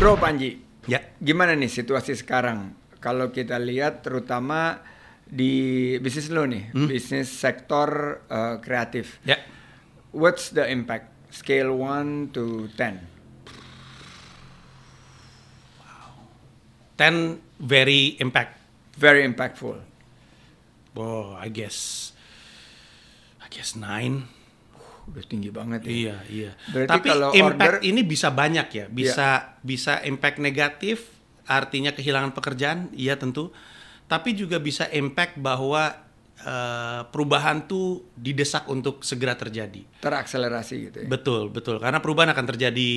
Bro Panji, Ya. gimana nih situasi sekarang? Kalau kita lihat terutama di bisnis lo nih, bisnis sektor kreatif. Ya. What's the impact? Scale 1 to 10. 10 very Very impactful. Oh, I guess 9. Udah tinggi banget ya. Iya. Berarti Tapi kalau impact order- ini bisa banyak ya. Bisa impact negatif, artinya kehilangan pekerjaan, iya tentu. Tapi juga bisa impact bahwa perubahan tuh didesak untuk segera terjadi. Terakselerasi gitu ya. Betul. Karena perubahan akan terjadi,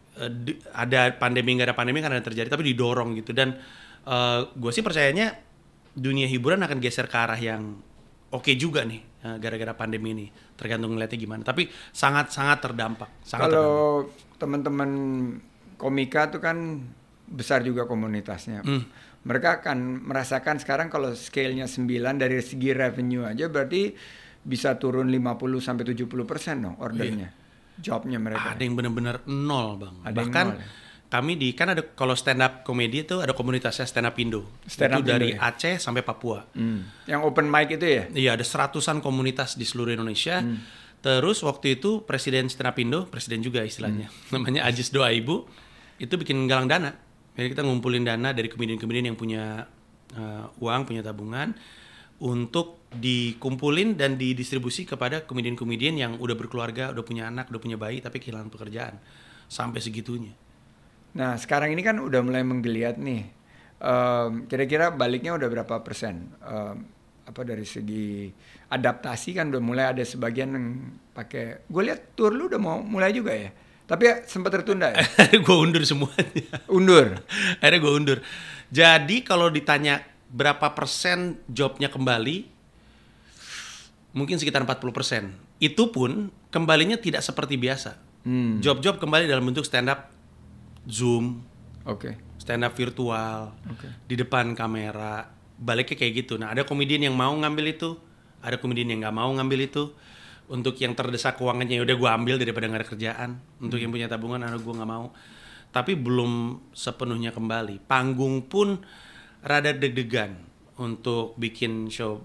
ada pandemi nggak ada pandemi kan ada terjadi, tapi didorong gitu. Dan gue sih percayanya dunia hiburan akan geser ke arah yang oke juga nih, gara-gara pandemi ini. Tergantung ngeliatnya gimana. Tapi sangat terdampak. Kalau teman-teman komika tuh kan besar juga komunitasnya. Mereka akan merasakan sekarang kalau scale-nya 9 dari segi revenue aja berarti bisa turun 50-70% dong ordernya. Jobnya mereka. Ada yang benar-benar nol, Bang. Ada yang Bahkan nol, ya? kami kan ada, kalau stand up komedi itu ada komunitasnya Stand Up Indo. Stand Up Itu dari Indo, ya? Aceh sampai Papua. Yang open mic itu ya? Iya, ada 100-an komunitas di seluruh Indonesia. Terus waktu itu Presiden Stand Up Indo, presiden juga istilahnya, namanya Ajis Doa Ibu, itu bikin galang dana. Jadi kita ngumpulin dana dari komedian-komedian yang punya uang, punya tabungan, untuk dikumpulin dan didistribusi kepada komedian-komedian yang udah berkeluarga, udah punya anak, udah punya bayi, tapi kehilangan pekerjaan. Sampai segitunya. Nah sekarang ini kan udah mulai menggeliat nih. Kira-kira baliknya udah berapa persen? Apa dari segi adaptasi kan udah mulai ada sebagian yang pakai. Gue lihat tour lu udah mau mulai juga ya. Tapi ya, sempat tertunda ya. Gue undur semuanya. Undur. Akhirnya gue undur. Jadi kalau ditanya berapa persen jobnya kembali, mungkin sekitar 40%. Itu pun kembalinya tidak seperti biasa. Job-job kembali dalam bentuk stand up Zoom, Oke. stand up virtual, Oke. di depan kamera, baliknya kayak gitu. Nah, ada komedian yang mau ngambil itu, ada komedian yang nggak mau ngambil itu. Untuk yang terdesak keuangannya, ya udah gue ambil daripada nggak ada kerjaan. Untuk yang punya tabungan, gue nggak mau. Tapi belum sepenuhnya kembali. Panggung pun rada deg-degan untuk bikin show.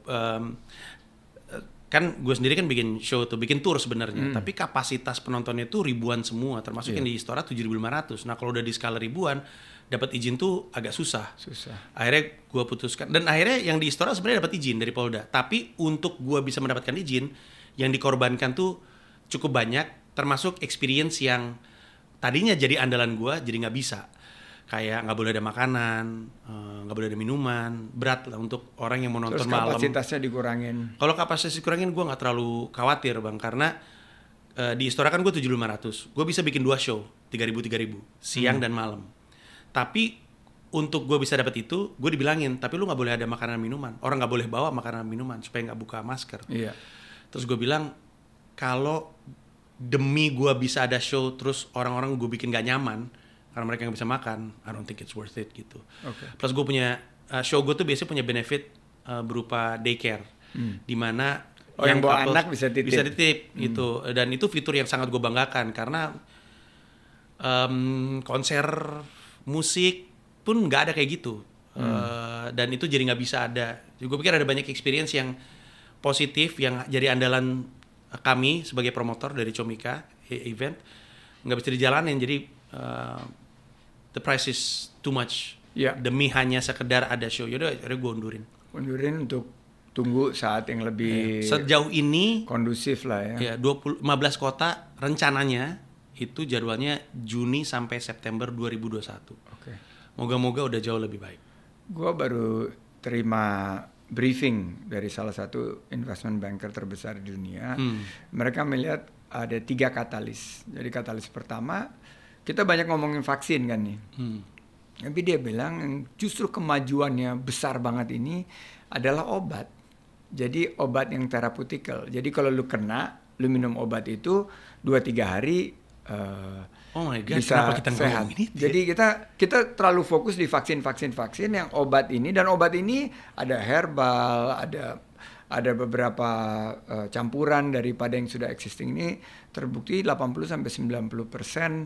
Kan gue sendiri kan bikin show tuh, bikin tour sebenarnya. Tapi kapasitas penontonnya tuh ribuan semua, termasuk yang di Istora 7.500. Nah kalau udah di skala ribuan, dapat izin tuh agak susah. Akhirnya gue putuskan, dan akhirnya yang di Istora sebenarnya dapat izin dari Polda. Tapi untuk gue bisa mendapatkan izin, yang dikorbankan tuh cukup banyak, termasuk experience yang tadinya jadi andalan gue, jadi nggak bisa. Kayak nggak boleh ada makanan, nggak boleh ada minuman, berat lah untuk orang yang mau nonton Terus malam. kapasitasnya dikurangin. Kalau kapasitas dikurangin gue nggak terlalu khawatir, Bang, karena di Istora kan gue 7.500, gue bisa bikin 2 show 3.000 siang dan malam. Tapi untuk gue bisa dapat itu, gue dibilangin, tapi lu nggak boleh ada makanan minuman, orang nggak boleh bawa makanan minuman supaya nggak buka masker. Iya. Terus gue bilang, kalau demi gue bisa ada show terus orang-orang gue bikin gak nyaman karena mereka nggak bisa makan, I don't think it's worth it gitu. Oke. Plus gue punya show gue tuh biasanya punya benefit berupa daycare, di mana yang bawa couples anak bisa titip. gitu. Dan itu fitur yang sangat gue banggakan karena konser musik pun nggak ada kayak gitu. Dan itu jadi nggak bisa ada. Gue pikir ada banyak experience yang positif yang jadi andalan kami sebagai promotor dari Comika event nggak bisa dijalanin. Jadi the price is too much. Iya. Demi hanya sekedar ada show. Yaudah gue undurin. Undurin untuk tunggu saat yang lebih Sejauh ini kondusif lah ya. ya 15 kota rencananya itu jadwalnya Juni sampai September 2021. Oke. Moga-moga udah jauh lebih baik. Gua baru terima briefing dari salah satu investment banker terbesar di dunia. Mereka melihat ada 3 katalis. Jadi katalis pertama, kita banyak ngomongin vaksin kan nih. Tapi dia bilang yang justru kemajuannya besar banget ini adalah obat. Jadi obat yang therapeutikal. Jadi kalau lu kena, lu minum obat itu 2-3 hari Oh my God, bisa kenapa kita sehat. ngomongin itu ya? Jadi kita terlalu fokus di vaksin yang obat ini, dan obat ini ada herbal, ada beberapa campuran daripada yang sudah existing ini, terbukti 80-90%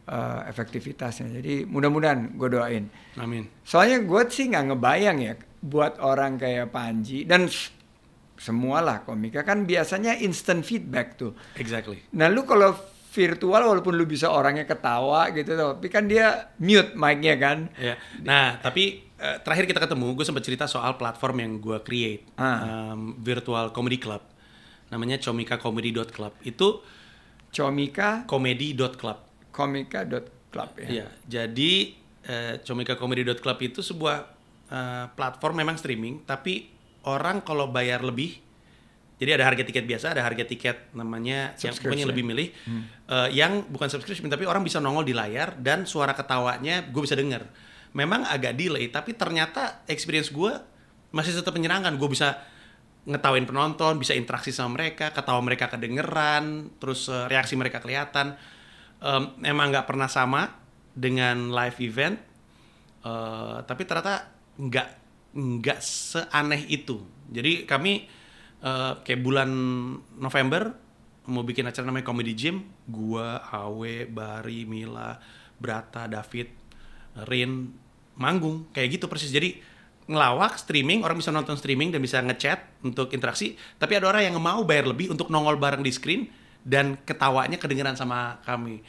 efektivitasnya. Jadi mudah-mudahan gue doain. Amin. Soalnya gue sih nggak ngebayang ya buat orang kayak Panji dan semualah komika kan biasanya instant feedback tuh. Exactly. Nah lu kalau virtual walaupun lu bisa orangnya ketawa gitu, tapi kan dia mute mic-nya kan. Ya. Nah, tapi terakhir kita ketemu, gue sempat cerita soal platform yang gue create, virtual comedy club, namanya comikacomedy.club. Itu comicacomedy.club. Comika.club ya. Iya. Jadi comicacomedy.club itu sebuah platform memang streaming, tapi orang kalau bayar lebih. Jadi ada harga tiket biasa, ada harga tiket namanya yang pokoknya lebih milih, yang bukan subscription tapi orang bisa nongol di layar dan suara ketawanya gue bisa denger. Memang agak delay, tapi ternyata experience gue masih tetap menyenangkan. Gue bisa ngetawain penonton, bisa interaksi sama mereka, ketawa mereka kedengeran, terus reaksi mereka kelihatan. Emang nggak pernah sama dengan live event, tapi ternyata nggak seaneh itu. Jadi kami kayak bulan November mau bikin acara namanya Comedy Gym, gua, Awe, Bari, Mila, Brata, David, Rin manggung kayak gitu persis. Jadi ngelawak streaming, orang bisa nonton streaming dan bisa ngechat untuk interaksi, tapi ada orang yang mau bayar lebih untuk nongol bareng di screen dan ketawanya kedengeran sama kami.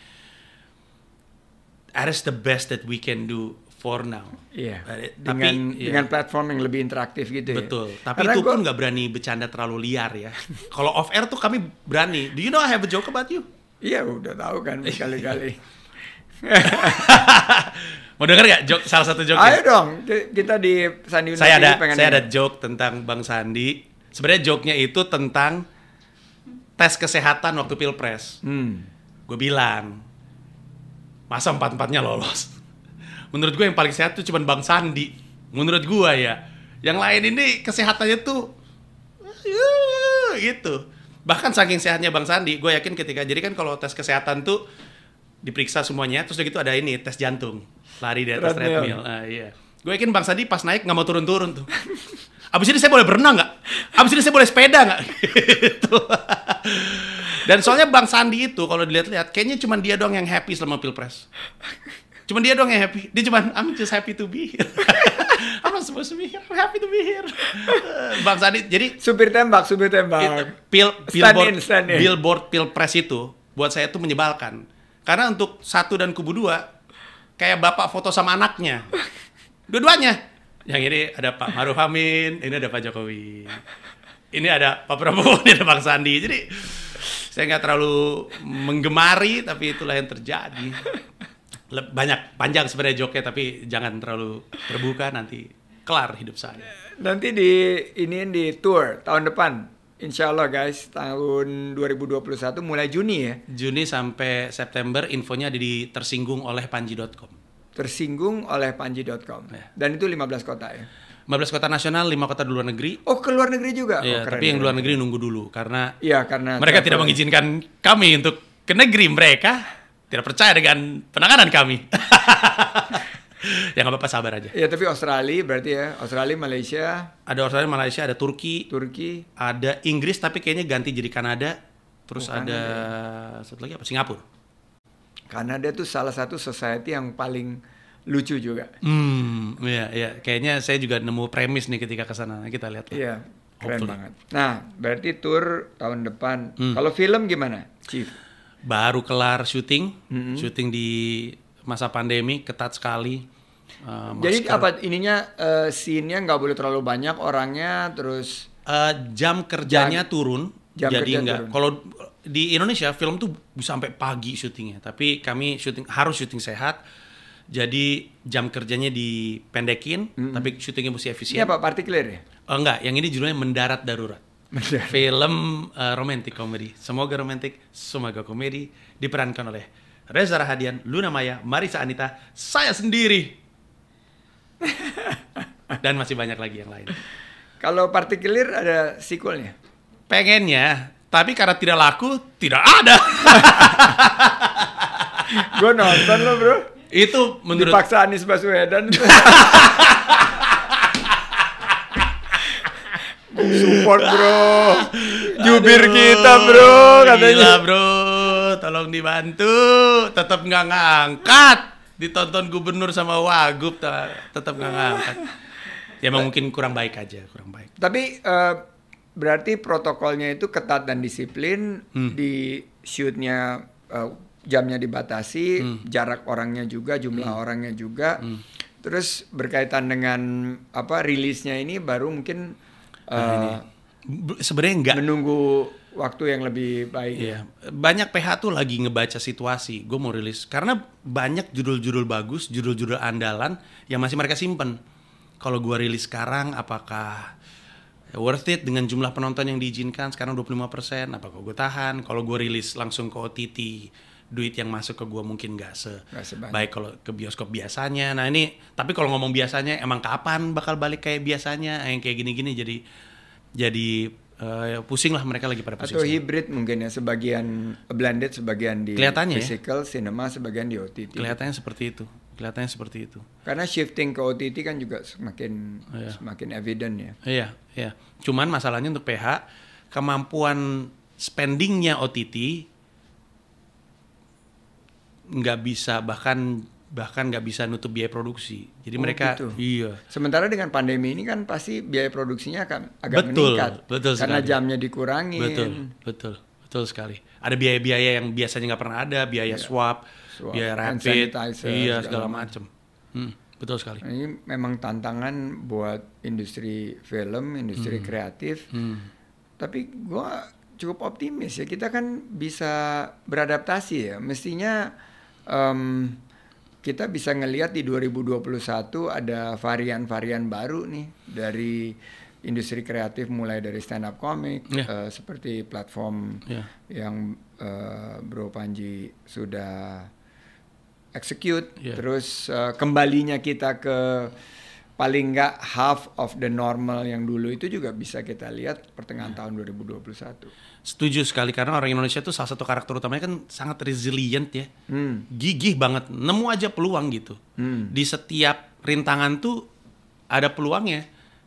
That is the best that we can do for now. Iya. Dengan platform yang lebih interaktif gitu. Betul. Ya. Tapi karena itu pun nggak berani bercanda terlalu liar ya. Kalau off air tuh kami berani. Do you know I have a joke about you? Iya, udah tahu kan berkali-kali. Mau denger nggak joke, salah satu joke? Ayo dong, kita di Sandi Saya ada joke tentang Bang Sandi. Sebenarnya joke-nya itu tentang tes kesehatan waktu Pilpres. Gue bilang, masa 4-4-nya lolos? Menurut gue yang paling sehat tuh cuma Bang Sandi. Menurut gue ya. Yang lain ini kesehatannya tuh gitu. Bahkan saking sehatnya Bang Sandi, gue yakin ketika, jadi kan kalau tes kesehatan tuh diperiksa semuanya, terus udah gitu ada ini, tes jantung. Lari di atas treadmill. Iya. Gue yakin Bang Sandi pas naik nggak mau turun-turun tuh. Abis ini saya boleh berenang nggak? Abis ini saya boleh sepeda nggak? Gitu. Dan soalnya Bang Sandi itu kalau dilihat-lihat, kayaknya cuma dia doang yang happy selama Pilpres. Cuma dia doang yang happy. Dia cuma, I'm just happy to be here. I'm not supposed to be here. I'm happy to be here. Bang Sandi, jadi supir tembak. Billboard Pilpres itu buat saya tuh menyebalkan. Karena untuk 1 dan kubu 2 kayak bapak foto sama anaknya. Dua-duanya. Yang ini ada Pak Maruf Amin, ini ada Pak Jokowi. Ini ada Pak Prabowo, ini ada Bang Sandi. Jadi saya nggak terlalu menggemari, tapi itulah yang terjadi. Panjang sebenarnya joke-nya, tapi jangan terlalu terbuka, nanti kelar hidup saya. Nanti di tour tahun depan, insya Allah guys, tahun 2021 mulai Juni ya. Juni sampai September, infonya ada di tersinggung-oleh-panji.com. Tersinggung-oleh-panji.com. Ya. Dan itu 15 kota ya? 15 kota nasional, 5 kota di luar negeri. Oh, ke luar negeri juga? Iya, tapi yang luar negeri nunggu dulu, karena mereka mereka tidak mengizinkan kami untuk ke negeri mereka. Tidak percaya dengan penanganan kami. Ya nggak apa-apa, sabar aja. Ya tapi Australia berarti ya, Australia, Malaysia. Ada Australia, Malaysia, ada Turki, ada Inggris tapi kayaknya ganti jadi Kanada. Terus ada satu lagi apa? Singapura. Kanada tuh salah satu society yang paling lucu juga. Iya. Kayaknya saya juga nemu premis nih ketika ke sana. Kita lihat lah. Iya, keren banget. Nah, berarti tour tahun depan. Kalau film gimana, Chief? Baru kelar syuting di masa pandemi, ketat sekali. Jadi apa ininya, scene-nya nggak boleh terlalu banyak orangnya, terus jam kerjanya turun. Jadi nggak. Kalau di Indonesia film tuh bisa sampai pagi syutingnya, tapi kami harus syuting sehat. Jadi jam kerjanya dipendekin, tapi syutingnya mesti efisien. Ini apa, partikelir ya? Enggak, yang ini judulnya Mendarat Darurat. Film romantic comedy. Semoga romantic, semoga komedi. Diperankan oleh Reza Rahadian, Luna Maya, Marisa Anita, saya sendiri. Dan masih banyak lagi yang lain. Kalau partikelir ada sequelnya? Pengennya, tapi karena tidak laku, tidak ada. Gue nonton loh bro. Itu menurut dipaksa Anies Baswedan. Support bro, jubir kita bro katanya. Gila bro, tolong dibantu. Tetap nggak ngangkat. Ditonton gubernur sama wagub, tetap nggak ngangkat. Ya emang mungkin kurang baik aja, kurang baik. Tapi berarti protokolnya itu ketat dan disiplin, di shootnya jamnya dibatasi, jarak orangnya juga, jumlah orangnya juga. Terus berkaitan dengan rilisnya ini baru mungkin sebenarnya enggak menunggu waktu yang lebih baik. Iya. Banyak PH tuh lagi ngebaca situasi. Gue mau rilis karena banyak judul-judul bagus, judul-judul andalan yang masih mereka simpen. Kalau gue rilis sekarang, apakah worth it dengan jumlah penonton yang diizinkan sekarang 25%? Apakah gue tahan? Kalau gue rilis langsung ke OTT, duit yang masuk ke gue mungkin nggak sebaik kalau ke bioskop biasanya. Nah ini, tapi kalau ngomong biasanya, emang kapan bakal balik kayak biasanya? Yang kayak gini-gini jadi pusing lah, mereka lagi pada pusing. Atau hybrid mungkin ya, sebagian blended, sebagian di physical, cinema, sebagian di OTT. Kelihatannya seperti itu. Karena shifting ke OTT kan juga semakin evident ya. Iya. Cuman masalahnya untuk PH, kemampuan spendingnya OTT nggak bisa, bahkan nggak bisa nutup biaya produksi. Jadi mereka gitu. Iya. Sementara dengan pandemi ini kan pasti biaya produksinya akan agak meningkat. Betul karena sekali. Jamnya dikurangin. Betul sekali. Ada biaya-biaya yang biasanya nggak pernah ada, biaya swab, biaya rapid, segala macam. Betul sekali. Nah, ini memang tantangan buat industri film, industri kreatif. Tapi gua cukup optimis ya, kita kan bisa beradaptasi ya. Mestinya kita bisa ngelihat di 2021 ada varian-varian baru nih dari industri kreatif, mulai dari stand up comic, seperti platform yang Bro Panji sudah execute, terus kembalinya kita ke paling nggak half of the normal yang dulu itu juga bisa kita lihat pertengahan tahun 2021. Setuju sekali, karena orang Indonesia tuh salah satu karakter utamanya kan sangat resilient ya. Gigih banget, nemu aja peluang gitu. Di setiap rintangan tuh ada peluangnya.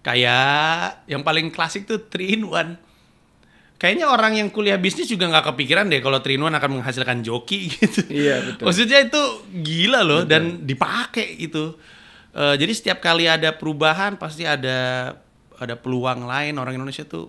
Kayak yang paling klasik tuh 3-in-1. Kayaknya orang yang kuliah bisnis juga nggak kepikiran deh kalau 3-in-1 akan menghasilkan joki gitu. Iya, betul. Maksudnya itu gila loh, dan dipakai itu. Jadi setiap kali ada perubahan pasti ada peluang lain. Orang Indonesia tuh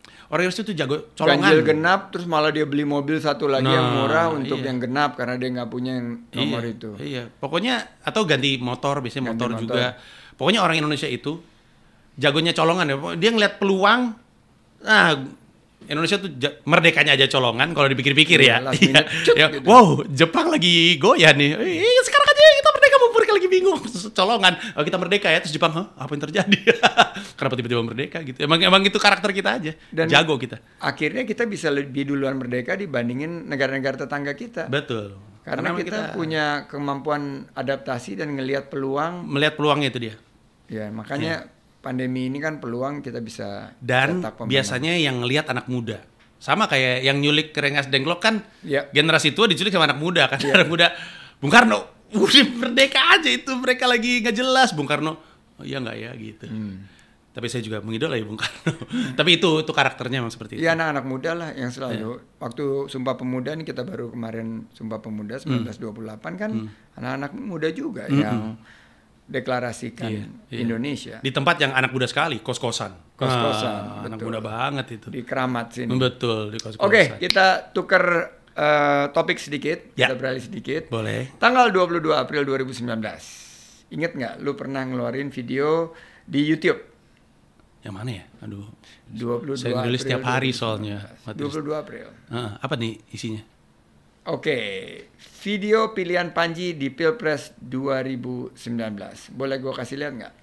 jago colongan. Ganjil genap, terus malah dia beli mobil satu lagi yang murah untuk yang genap karena dia nggak punya yang nomor itu. Iya, pokoknya atau ganti motor, biasanya motor juga. Pokoknya orang Indonesia itu jagonya colongan ya. Dia ngeliat peluang. Nah, Indonesia tuh merdekanya aja colongan kalau dipikir-pikir ya. Gitu. Wow, Jepang lagi goyah nih. Sekarang aja kita merdeka, mereka lagi bingung. Colongan, kita merdeka ya, terus Jepang, apa yang terjadi? Kenapa tiba-tiba merdeka gitu? Emang itu karakter kita aja. Dan jago kita. Akhirnya kita bisa lebih duluan merdeka dibandingin negara-negara tetangga kita. Betul. Karena kita punya kemampuan adaptasi dan ngelihat peluang. Melihat peluangnya itu dia. Ya, makanya pandemi ini kan peluang kita bisa. Dan biasanya yang ngelihat anak muda. Sama kayak yang nyulik Rengas Dengklok kan, generasi tua diculik sama anak muda kan. Anak muda, Bung Karno, udah merdeka aja itu, mereka lagi nggak jelas. Bung Karno, ya nggak ya gitu. Tapi saya juga mengidolai Bung Karno. Tapi itu karakternya memang seperti itu. Iya, anak-anak muda lah yang selalu. Waktu Sumpah Pemuda ini, kita baru kemarin Sumpah Pemuda 1928 kan, anak-anak muda juga yang deklarasikan Indonesia. Di tempat yang anak muda sekali, kos-kosan. Anak muda banget itu. Di Keramat sini. Betul, di kos-kosan. Oke, kita tukar topik sedikit, kita beralih sedikit. Boleh. Tanggal 22 April 2019. Ingat nggak, lu pernah ngeluarin video di YouTube? Yang mana ya? Aduh. 22 saya nulis setiap hari soalnya. 22 April. Apa nih isinya? Oke, video pilihan Panji di Pilpres 2019. Boleh gue kasih lihat nggak?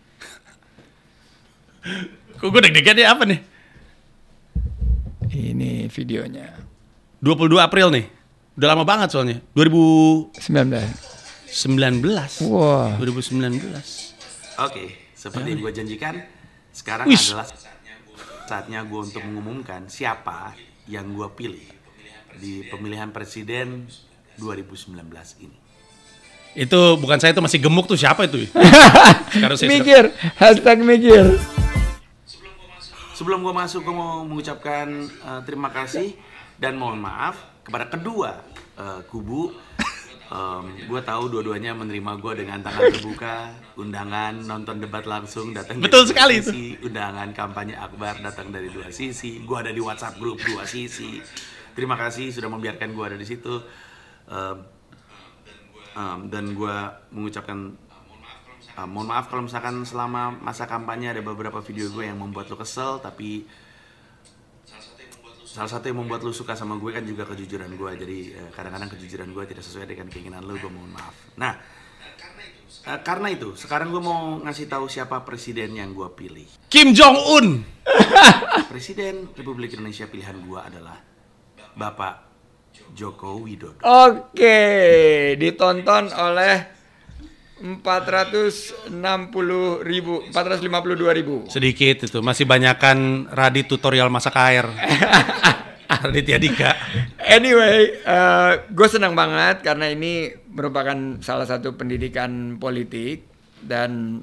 Kok gue deg-degan ya, apa nih? Ini videonya. 22 April nih. Udah lama banget soalnya. 2019. Wah. 2019. Oke, seperti yang gue janjikan, sekarang adalah saatnya gue untuk mengumumkan siapa yang gue pilih di pemilihan presiden 2019 ini. Itu bukan saya, itu masih gemuk tuh, siapa itu? Mikir, #mikir. Sebelum gue masuk, gue mau mengucapkan terima kasih dan mohon maaf kepada kedua kubu, gue tahu dua-duanya menerima gue dengan tangan terbuka, undangan nonton debat langsung datang betul dari sekali dua sisi, undangan kampanye akbar datang dari dua sisi, gue ada di WhatsApp grup dua sisi. Terima kasih sudah membiarkan gue ada di situ, dan gue mengucapkan mohon maaf kalau misalkan selama masa kampanye ada beberapa video gue yang membuat lo kesel, tapi salah satu yang membuat lo suka sama gue kan juga kejujuran gue. Jadi kadang-kadang kejujuran gue tidak sesuai dengan keinginan lo, gue mohon maaf. Nah, karena itu sekarang gue mau ngasih tahu siapa presiden yang gue pilih. Kim Jong Un. Presiden Republik Indonesia pilihan gue adalah Bapak Joko Widodo. Oke, ditonton oleh 452.000. Sedikit itu, masih banyakan Radit tutorial masak air. Raditya Dika. Anyway, gue senang banget karena ini merupakan salah satu pendidikan politik dan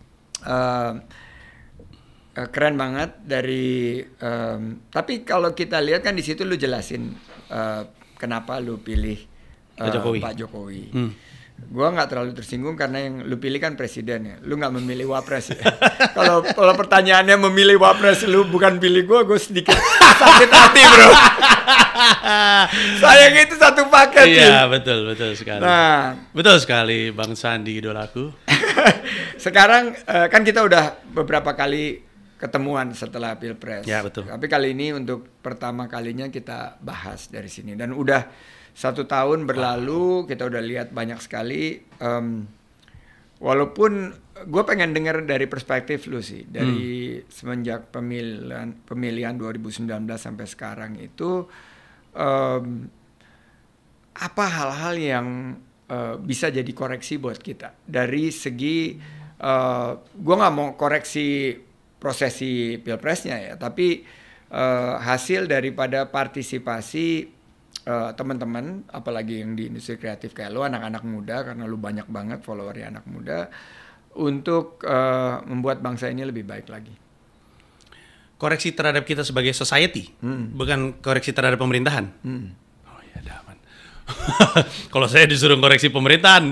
keren banget dari. Tapi kalau kita lihat kan di situ lu jelasin kenapa lu pilih Pak Jokowi. Gue nggak terlalu tersinggung karena yang lu pilih kan presiden ya, lu nggak memilih wapres ya. Kalau pertanyaannya memilih wapres, lu bukan pilih gue sedikit sakit hati bro. Sayang itu satu paket. Iya betul sekali. Nah, betul sekali Bang Sandi idolaku. Sekarang kan kita udah beberapa kali ketemuan setelah Pilpres. Ya betul. Tapi kali ini untuk pertama kalinya kita bahas dari sini dan udah 1 tahun berlalu, kita udah lihat banyak sekali. Walaupun gue pengen dengar dari perspektif lu sih, dari semenjak pemilihan 2019 sampai sekarang itu, apa hal-hal yang bisa jadi koreksi buat kita dari segi, gue nggak mau koreksi prosesi pilpresnya ya, tapi hasil daripada partisipasi teman-teman, apalagi yang di industri kreatif kayak lo, anak-anak muda, karena lo banyak banget followernya anak muda, untuk membuat bangsa ini lebih baik lagi. Koreksi terhadap kita sebagai society, bukan koreksi terhadap pemerintahan. Oh ya, aman. Kalau saya disuruh koreksi pemerintahan,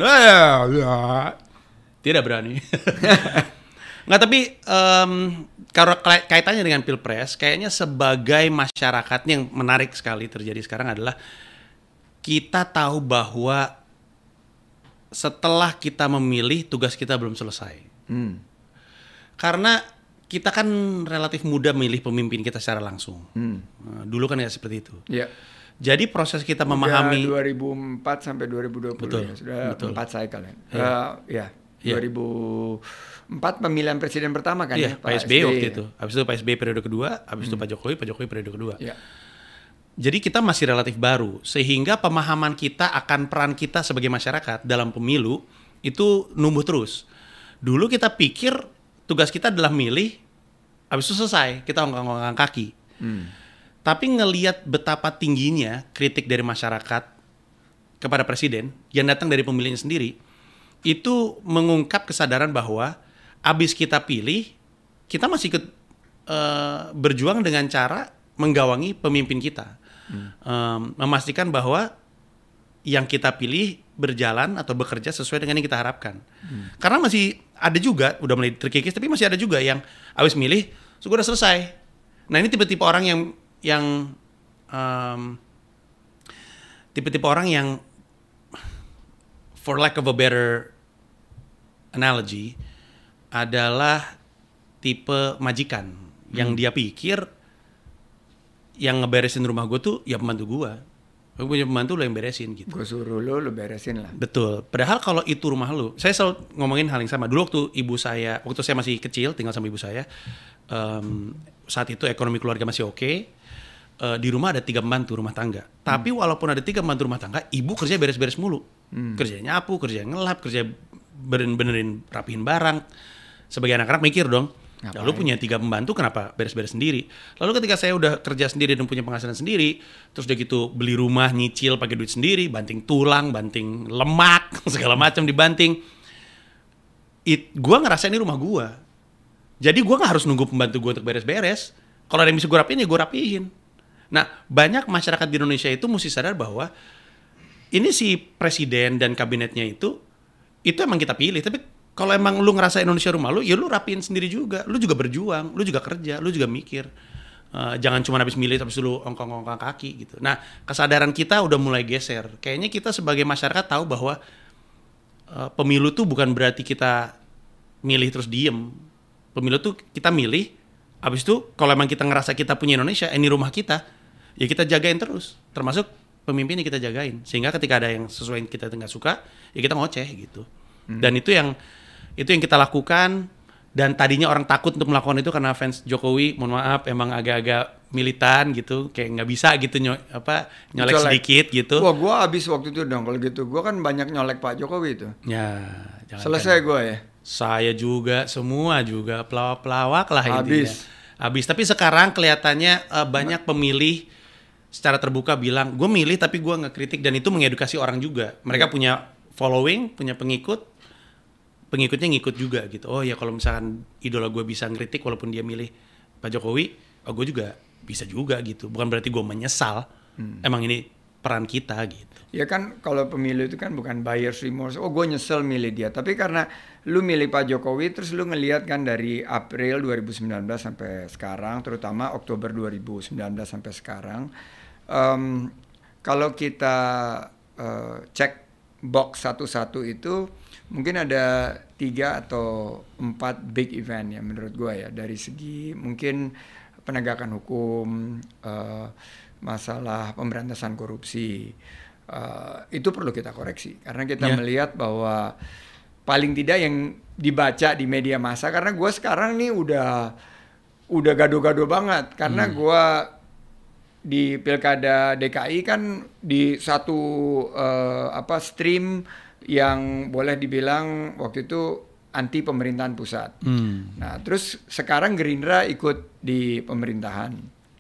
tidak berani. Nggak, tapi kalau kaitannya dengan Pilpres, kayaknya sebagai masyarakat yang menarik sekali terjadi sekarang adalah kita tahu bahwa setelah kita memilih, tugas kita belum selesai. Karena kita kan relatif muda memilih pemimpin kita secara langsung. Dulu kan nggak seperti itu. Yeah. Jadi proses kita memahami 2004 sampai 2020 betul, ya, sudah betul. 4 cycle ya. Ya. 2004 pemilihan presiden pertama kan iya, ya, Pak SBY waktu itu. Habis itu Pak SBY periode kedua, habis itu Pak Jokowi periode kedua. Yeah. Jadi kita masih relatif baru, sehingga pemahaman kita akan peran kita sebagai masyarakat dalam pemilu itu numbuh terus. Dulu kita pikir tugas kita adalah milih, habis itu selesai, kita ongkang-ongkang kaki. Tapi ngelihat betapa tingginya kritik dari masyarakat kepada presiden yang datang dari pemilihnya sendiri, itu mengungkap kesadaran bahwa abis kita pilih, kita masih berjuang dengan cara menggawangi pemimpin kita. Memastikan bahwa yang kita pilih berjalan atau bekerja sesuai dengan yang kita harapkan. Karena masih ada juga, udah mulai terkikis, tapi masih ada juga yang abis milih, sudah selesai. Nah ini tipe-tipe orang yang tipe-tipe orang yang, for lack of a better analogy, adalah tipe majikan yang dia pikir yang ngeberesin rumah gue tuh ya pembantu gue. Gue punya pembantu, lo yang beresin gitu. Gue suruh lo beresin lah. Betul. Padahal kalau itu rumah lo, saya selalu ngomongin hal yang sama. Dulu waktu saya masih kecil, tinggal sama ibu saya, saat itu ekonomi keluarga masih oke. Di rumah ada 3 pembantu rumah tangga. Tapi walaupun ada 3 pembantu rumah tangga, ibu kerja beres-beres mulu. Kerjanya nyapu, kerja ngelap, kerja benerin rapihin barang. Sebagai anak-anak mikir dong, lalu punya 3 pembantu kenapa beres-beres sendiri? Lalu ketika saya udah kerja sendiri dan punya penghasilan sendiri, terus udah gitu beli rumah, nyicil pakai duit sendiri, banting tulang, banting lemak, segala macam dibanting. Gue ngerasa ini rumah gue. Jadi gue gak harus nunggu pembantu gue untuk beres-beres. Kalau ada yang bisa gue rapihin, ya gue rapihin. Nah, banyak masyarakat di Indonesia itu mesti sadar bahwa ini si presiden dan kabinetnya itu emang kita pilih. Tapi kalau emang lu ngerasa Indonesia rumah lu, ya lu rapiin sendiri juga. Lu juga berjuang, lu juga kerja, lu juga mikir. Jangan cuma habis milih habis lu ongkang-ongkang kaki gitu. Nah, kesadaran kita udah mulai geser. Kayaknya kita sebagai masyarakat tahu bahwa pemilu tuh bukan berarti kita milih terus diem. Pemilu tuh kita milih, habis itu kalau emang kita ngerasa kita punya Indonesia, ini rumah kita, ya kita jagain terus. Termasuk pemimpin yang kita jagain. Sehingga ketika ada yang sesuai yang kita nggak suka, ya kita ngoceh gitu. Dan itu yang kita lakukan. Dan tadinya orang takut untuk melakukan itu karena fans Jokowi, mohon maaf, emang agak-agak militan gitu, kayak nggak bisa gitu nyolek sedikit gitu. Wah, gue abis waktu itu dong kalau gitu. Gue kan banyak nyolek Pak Jokowi itu. Ya, selesai gue ya. Saya juga, semua juga pelawak lah intinya. Habis. Tapi sekarang kelihatannya banyak pemilih secara terbuka bilang, gue milih tapi gue ngekritik, dan itu mengedukasi orang juga. Mereka punya following, punya pengikutnya ngikut juga gitu. Oh ya, kalau misalkan idola gue bisa ngeritik walaupun dia milih Pak Jokowi, gue juga bisa juga gitu. Bukan berarti gue menyesal. Emang ini peran kita gitu. Ya kan kalau pemilu itu kan bukan buyer's remorse. Oh, gue nyesel milih dia. Tapi karena lu milih Pak Jokowi, terus lu ngelihat kan dari April 2019 sampai sekarang, terutama Oktober 2019 sampai sekarang, kalau kita cek box satu-satu itu mungkin ada 3 atau 4 big event ya menurut gue ya, dari segi mungkin penegakan hukum, masalah pemberantasan korupsi, itu perlu kita koreksi karena kita melihat bahwa paling tidak yang dibaca di media massa, karena gue sekarang nih udah gado-gado banget karena gue di Pilkada DKI kan di satu stream yang boleh dibilang waktu itu anti pemerintahan pusat. Nah, terus sekarang Gerindra ikut di pemerintahan.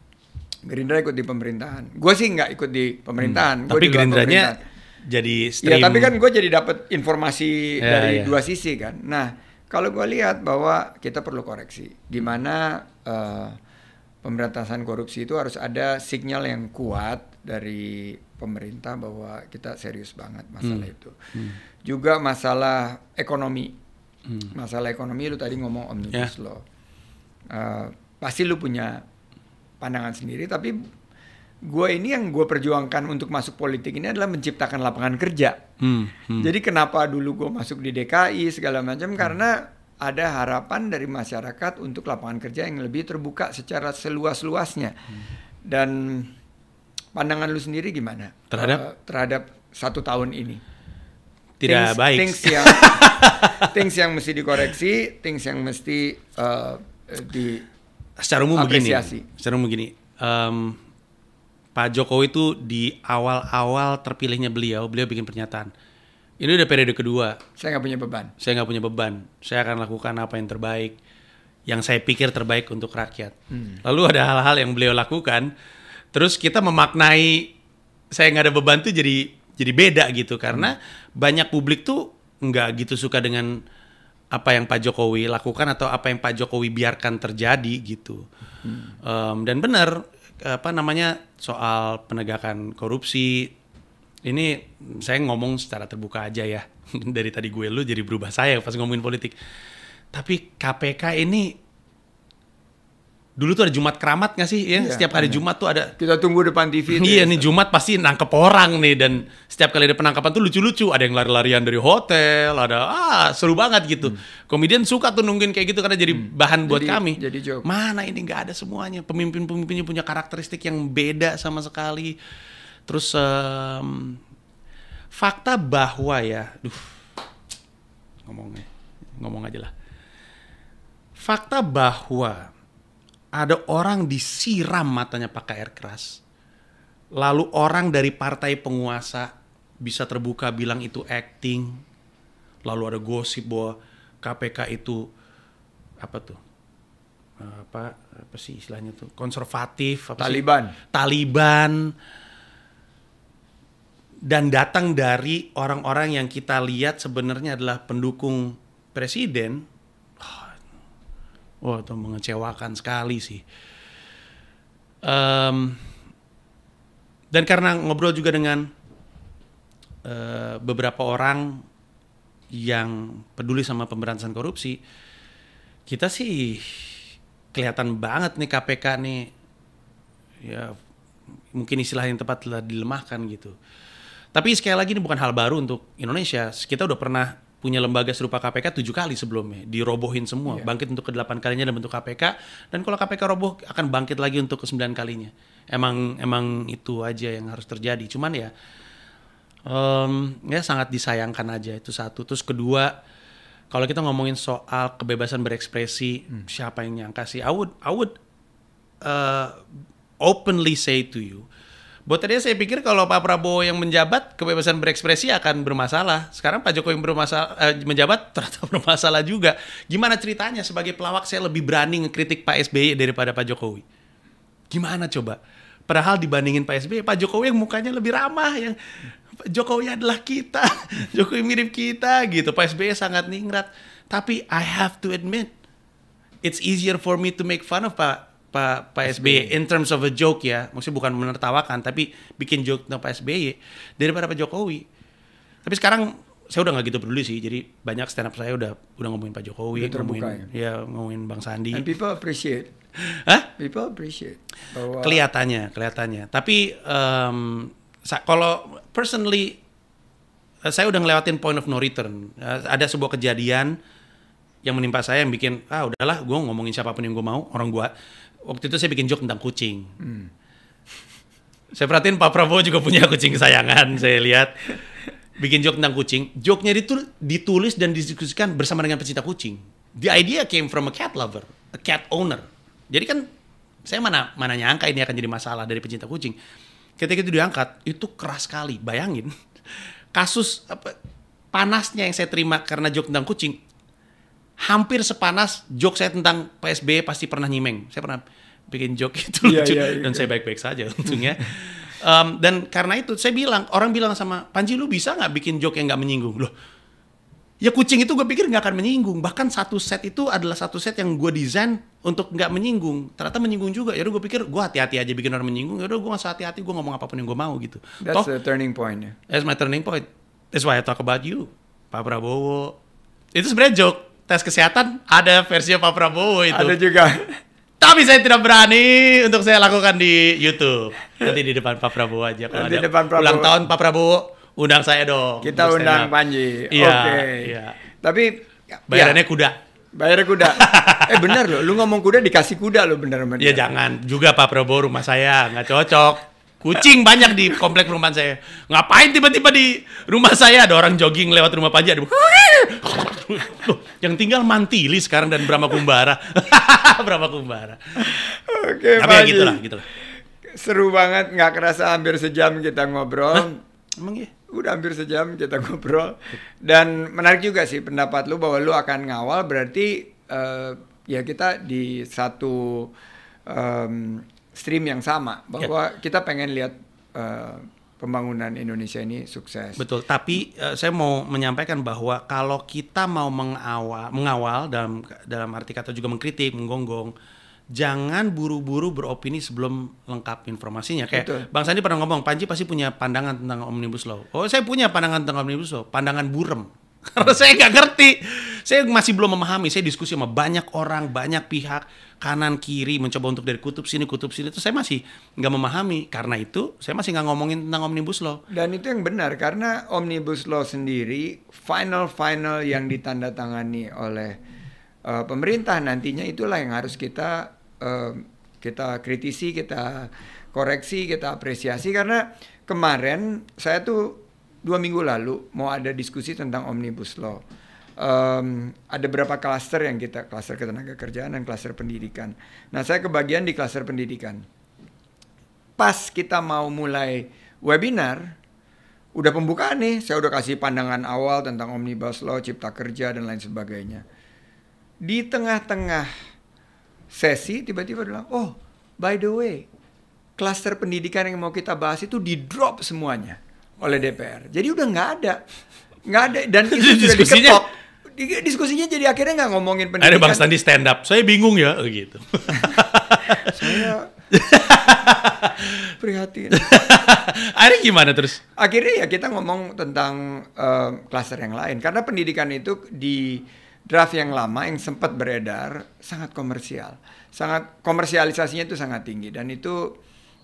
Gue sih nggak ikut di pemerintahan. Tapi Gerindranya jadi stream. Ya, tapi kan gue jadi dapat informasi dari dua sisi kan. Nah, kalau gue lihat bahwa kita perlu koreksi, di mana pemberantasan korupsi itu harus ada sinyal yang kuat dari pemerintah bahwa kita serius banget masalah itu. Juga masalah ekonomi. Masalah ekonomi lu tadi ngomong Omnibus Law. Pasti lu punya pandangan sendiri, tapi gue ini yang gue perjuangkan untuk masuk politik ini adalah menciptakan lapangan kerja. Jadi kenapa dulu gue masuk di DKI segala macam, karena ada harapan dari masyarakat untuk lapangan kerja yang lebih terbuka secara seluas-luasnya. Dan pandangan lu sendiri gimana terhadap 1 tahun ini? Tidak baik. Things yang mesti dikoreksi, things yang mesti secara umum apresiasi. Secara umum begini, Pak Jokowi itu di awal-awal terpilihnya beliau bikin pernyataan. Ini udah periode kedua. Saya nggak punya beban. Saya akan lakukan apa yang terbaik, yang saya pikir terbaik untuk rakyat. Lalu ada hal-hal yang beliau lakukan, terus kita memaknai saya nggak ada beban tuh jadi beda gitu, karena banyak publik tuh nggak gitu suka dengan apa yang Pak Jokowi lakukan atau apa yang Pak Jokowi biarkan terjadi gitu. Dan benar soal penegakan korupsi ini saya ngomong secara terbuka aja ya. Dari tadi gue lu jadi berubah saya pas ngomongin politik. Tapi KPK ini dulu tuh ada Jumat Keramat nggak sih? Ya, setiap hari Jumat tuh ada. Kita tunggu depan TV. Iya nih, Jumat pasti nangkep orang nih, dan setiap kali ada penangkapan tuh lucu-lucu. Ada yang lari-larian dari hotel, ada seru banget gitu. Komedian suka tuh nungguin kayak gitu karena jadi bahan buat kami. Jadi joke. Mana ini nggak ada semuanya. Pemimpin-pemimpinnya punya karakteristik yang beda sama sekali. Terus fakta bahwa ngomong aja lah. Fakta bahwa ada orang disiram matanya pakai air keras. Lalu orang dari partai penguasa bisa terbuka bilang itu acting. Lalu ada gosip bahwa KPK itu apa sih istilahnya tuh, konservatif, Taliban. Dan datang dari orang-orang yang kita lihat sebenarnya adalah pendukung presiden. Wah, itu mengecewakan sekali sih. Dan karena ngobrol juga dengan beberapa orang yang peduli sama pemberantasan korupsi, kita sih kelihatan banget nih KPK nih, ya mungkin istilah yang tepat telah dilemahkan gitu. Tapi sekali lagi ini bukan hal baru untuk Indonesia. Kita udah pernah punya lembaga serupa KPK 7 kali sebelumnya, dirobohin semua, bangkit untuk ke-8 kalinya dalam bentuk KPK, dan kalau KPK roboh akan bangkit lagi untuk ke-9 kalinya. Emang itu aja yang harus terjadi. Cuman ya sangat disayangkan aja, itu satu. Terus kedua, kalau kita ngomongin soal kebebasan berekspresi, siapa yang nyangka sih? I would openly say to you, buat tadi saya pikir kalau Pak Prabowo yang menjabat, kebebasan berekspresi akan bermasalah. Sekarang Pak Jokowi yang menjabat ternyata bermasalah juga. Gimana ceritanya? Sebagai pelawak saya lebih berani ngekritik Pak SBY daripada Pak Jokowi. Gimana coba? Padahal dibandingin Pak SBY, Pak Jokowi yang mukanya lebih ramah, yang Jokowi adalah kita, Jokowi mirip kita gitu. Pak SBY sangat ningrat. Tapi I have to admit, it's easier for me to make fun of Pak SBY in terms of a joke ya, maksudnya bukan menertawakan, tapi bikin joke tentang Pak SBY daripada Pak Jokowi. Tapi sekarang saya udah nggak gitu peduli sih, jadi banyak stand up saya udah ngomongin Pak Jokowi, ngomongin Bang Sandi. And people appreciate. Hah? People appreciate. Bahwa... Kelihatannya. Tapi kalau personally, saya udah ngelewatin point of no return. Ada sebuah kejadian yang menimpa saya yang bikin, udahlah, gue ngomongin siapapun yang gue mau, orang gue. Waktu itu saya bikin joke tentang kucing. Saya perhatiin Pak Prabowo juga punya kucing kesayangan, saya lihat. Bikin joke tentang kucing. Joke-nya ditulis dan didiskusikan bersama dengan pecinta kucing. The idea came from a cat lover, a cat owner. Jadi kan, saya mana nyangka ini akan jadi masalah dari pecinta kucing. Ketika itu diangkat, itu keras sekali. Bayangin, kasus panasnya yang saya terima karena joke tentang kucing, hampir sepanas joke saya tentang PSBY pasti pernah nyimeng. Saya pernah bikin joke itu lucu, dan saya baik-baik saja untungnya. Dan karena itu saya orang bilang sama Panji, lu bisa nggak bikin joke yang nggak menyinggung? Loh, ya kucing itu gue pikir nggak akan menyinggung. Bahkan satu set itu adalah satu set yang gue desain untuk nggak menyinggung. Ternyata menyinggung juga. Yaudah gue pikir gue hati-hati aja bikin orang menyinggung. Yaudah gue nggak usah hati-hati, gue ngomong apapun yang gue mau gitu. That's the turning point ya. That's my turning point. That's why I talk about you, Pak Prabowo. Itu sebenarnya joke. Tes kesehatan ada versi Pak Prabowo itu. Ada juga. Tapi saya tidak berani untuk saya lakukan di YouTube. Nanti di depan Pak Prabowo aja. Kalau ada ulang tahun Pak Prabowo, undang saya dong. Kita undang Panji. Iya, Oke. Iya. Tapi bayarannya kuda. Bayarnya kuda. Bener loh, lu ngomong kuda dikasih kuda lo bener. Ya jangan juga Pak Prabowo rumah saya, nggak cocok. Kucing banyak di komplek perumahan saya. Ngapain tiba-tiba di rumah saya ada orang jogging lewat rumah Panji, ada yang tinggal Mantili sekarang dan Brahma Kumbara. Brahma Kumbara. Oke, tapi ya gitulah. Seru banget, nggak kerasa hampir sejam kita ngobrol. Hah? Emang iya? Udah hampir sejam kita ngobrol. Dan menarik juga sih pendapat lu bahwa lu akan ngawal, berarti ya kita di satu stream yang sama, bahwa kita pengen lihat pembangunan Indonesia ini sukses. Betul, tapi saya mau menyampaikan bahwa kalau kita mau mengawal dalam arti kata juga mengkritik, menggonggong, jangan buru-buru beropini sebelum lengkap informasinya. Kayak betul. Bang Sandi pernah ngomong, Panji pasti punya pandangan tentang Omnibus Law. Oh, saya punya pandangan tentang Omnibus Law, pandangan burem. Karena saya nggak ngerti, saya masih belum memahami. Saya diskusi sama banyak orang, banyak pihak, kanan kiri, mencoba untuk dari kutub sini, itu saya masih nggak memahami. Karena itu saya masih nggak ngomongin tentang Omnibus Law. Dan itu yang benar, karena Omnibus Law sendiri final yang ditandatangani oleh pemerintah nantinya, itulah yang harus kita kritisi, kita koreksi, kita apresiasi. Karena kemarin saya tuh 2 minggu lalu mau ada diskusi tentang Omnibus Law. Ada beberapa klaster yang klaster ketenagakerjaan dan klaster pendidikan. Nah, saya kebagian di klaster pendidikan. Pas kita mau mulai webinar, udah pembukaan nih, saya udah kasih pandangan awal tentang Omnibus Law, Cipta Kerja dan lain sebagainya. Di tengah-tengah sesi tiba-tiba bilang, oh by the way, klaster pendidikan yang mau kita bahas itu di drop semuanya oleh DPR. Jadi udah nggak ada, dan itu sudah diketok. Diskusinya jadi akhirnya nggak ngomongin pendidikan. Ada Bang Sandi stand up, saya bingung ya, gitu. Saya prihatin. Akhirnya gimana terus? Akhirnya ya kita ngomong tentang klaster yang lain. Karena pendidikan itu di draft yang lama yang sempat beredar sangat komersial. Komersialisasinya itu sangat tinggi. Dan itu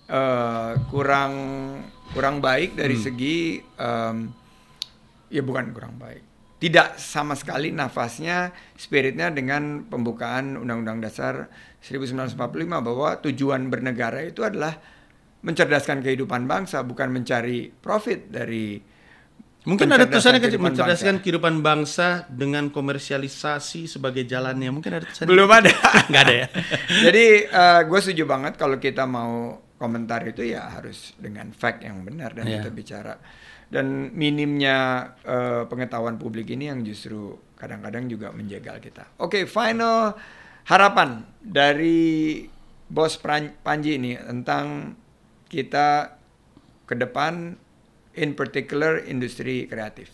kurang baik dari segi, ya bukan kurang baik. Tidak sama sekali nafasnya, spiritnya dengan pembukaan Undang-Undang Dasar 1945 bahwa tujuan bernegara itu adalah mencerdaskan kehidupan bangsa, bukan mencari profit dari. Mungkin ada tulisannya mencerdaskan kehidupan bangsa dengan komersialisasi sebagai jalannya. Mungkin ada tulisannya. Belum ada. Nggak ada ya. Jadi gue setuju banget kalau kita mau komentar itu ya harus dengan fact yang benar dan kita bicara. Dan minimnya pengetahuan publik ini yang justru kadang-kadang juga menjegal kita. Oke, final harapan dari Bos Panji ini tentang kita ke depan, in particular industri kreatif.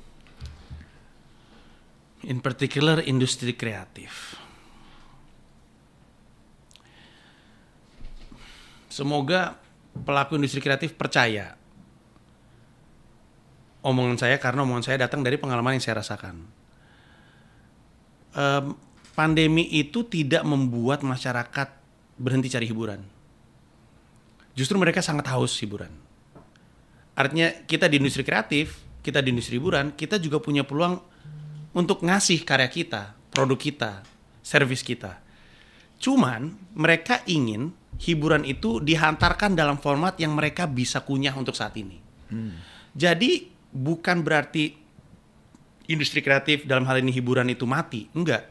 In particular industri kreatif. Semoga pelaku industri kreatif percaya omongan saya, karena omongan saya datang dari pengalaman yang saya rasakan. Pandemi itu tidak membuat masyarakat berhenti cari hiburan. Justru mereka sangat haus hiburan. Artinya kita di industri kreatif, kita di industri hiburan, kita juga punya peluang untuk ngasih karya kita, produk kita, servis kita. Cuman mereka ingin hiburan itu dihantarkan dalam format yang mereka bisa kunyah untuk saat ini. Jadi bukan berarti industri kreatif dalam hal ini hiburan itu mati, enggak.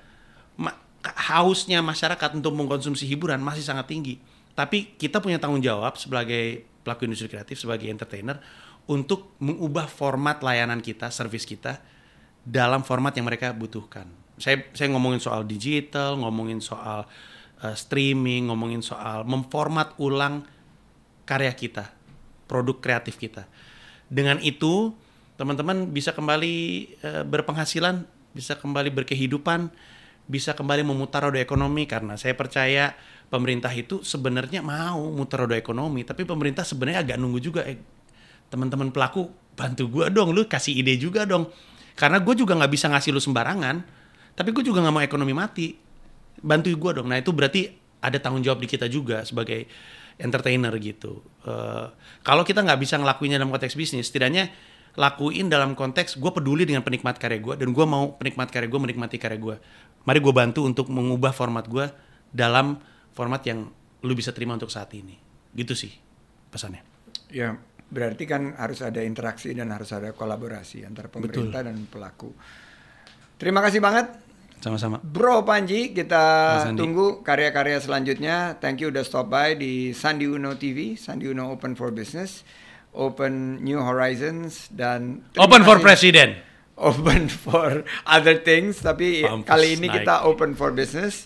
Hausnya masyarakat untuk mengkonsumsi hiburan masih sangat tinggi. Tapi kita punya tanggung jawab sebagai pelaku industri kreatif, sebagai entertainer, untuk mengubah format layanan kita, servis kita, dalam format yang mereka butuhkan. Saya ngomongin soal digital, ngomongin soal streaming, ngomongin soal memformat ulang karya kita, produk kreatif kita. Dengan itu teman-teman bisa kembali berpenghasilan, bisa kembali berkehidupan, bisa kembali memutar roda ekonomi. Karena saya percaya pemerintah itu sebenarnya mau mutar roda ekonomi, tapi pemerintah sebenarnya agak nunggu juga. Teman-teman pelaku, bantu gue dong, lu kasih ide juga dong. Karena gue juga nggak bisa ngasih lu sembarangan, tapi gue juga nggak mau ekonomi mati. Bantu gue dong. Nah itu berarti ada tanggung jawab di kita juga sebagai entertainer gitu. Kalau kita nggak bisa ngelakuinnya dalam konteks bisnis, setidaknya lakuin dalam konteks gue peduli dengan penikmat karya gue, dan gue mau penikmat karya gue menikmati karya gue. Mari gue bantu untuk mengubah format gue dalam format yang lu bisa terima untuk saat ini. Gitu sih pesannya. Ya, berarti kan harus ada interaksi dan harus ada kolaborasi antara pemerintah dan pelaku. Terima kasih banget. Sama-sama. Bro Panji, kita tunggu karya-karya selanjutnya. Thank you udah stop by di Sandi Uno TV, Sandi Uno Open for Business, Open New Horizons, dan Open for President. Open for other things, tapi kali ini kita open for business.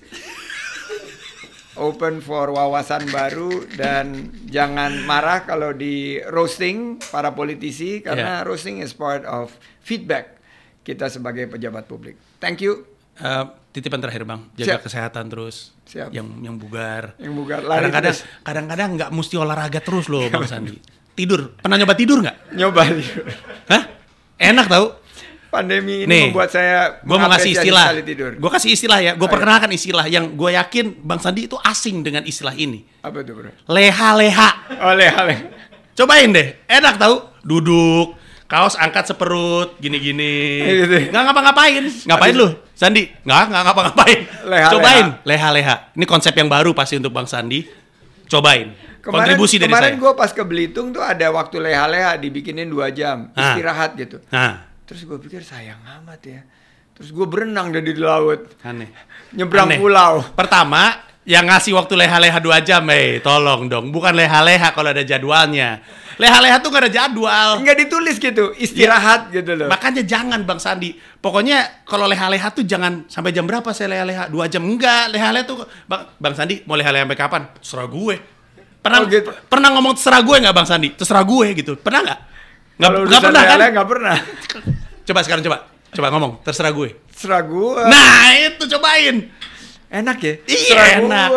Open for wawasan baru, dan jangan marah kalau di roasting para politisi, karena roasting is part of feedback kita sebagai pejabat publik. Thank you. Titipan terakhir Bang, jaga kesehatan terus. Siap. Yang bugar. Yang bugar. Kadang-kadang nggak mesti olahraga terus loh Bang Sandi. Tidur, pernah nyoba tidur nggak? Nyoba. Hah? Enak tau? Pandemi ini membuat saya gue mau ngasih istilah. Gue kasih istilah ya. Gue perkenalkan istilah yang gue yakin Bang Sandi itu asing dengan istilah ini. Apa tuh bro? Leha-leha. Oh leha-leha. Cobain deh, enak tau? Duduk, kaos angkat seperut, gini-gini. Nggak ngapa-ngapain. Ngapain lu, Sandi? Nggak ngapa-ngapain. Cobain, leha-leha. Ini konsep yang baru pasti untuk Bang Sandi. Cobain. Kontribusi dari saya. Kemarin gue pas ke Belitung tuh ada waktu leha-leha dibikinin 2 jam. Istirahat gitu. Terus gue pikir sayang amat ya. Terus gue berenang dari di laut. Aneh. Nyebrang pulau. Pertama, yang ngasih waktu leha-leha 2 jam, tolong dong. Bukan leha-leha kalau ada jadwalnya. Leha-leha tuh gak ada jadwal. Nggak ditulis gitu, istirahat gitu loh. Makanya jangan Bang Sandi. Pokoknya kalau leha-leha tuh jangan sampai jam berapa saya leha-leha. 2 jam, enggak. Leha-leha tuh, Bang Sandi mau leha-leha sampai kapan? Terserah gue. Pernah ngomong terserah gue gak Bang Sandi? Terserah gue gitu. Pernah gak? Nggak pernah kan? Nggak pernah. Coba sekarang coba ngomong. Terserah gue. Terserah gue. Nah itu cobain. Enak ya? Iya enak.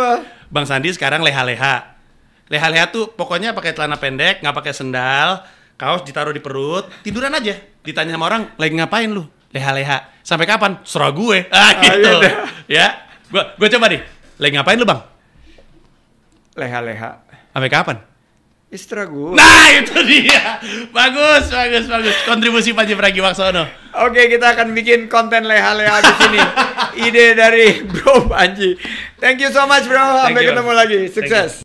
Bang Sandi sekarang leha-leha. Leha-leha tuh pokoknya pakai celana pendek, nggak pakai sendal, kaos ditaruh di perut, tiduran aja. Ditanya sama orang, lagi ngapain lu? Leha-leha. Sampai kapan? Serah gue. Gitu. Ya. Gue coba nih. Lagi ngapain lu, Bang? Leha-leha. Sampai kapan? Istirahat gue. Nah, itu dia. Bagus. Kontribusi Panji Pragiwaksono. Oke, kita akan bikin konten leha-leha di sini. Ide dari Bro Panji. Thank you so much, bro. Sampai ketemu lagi. Sukses.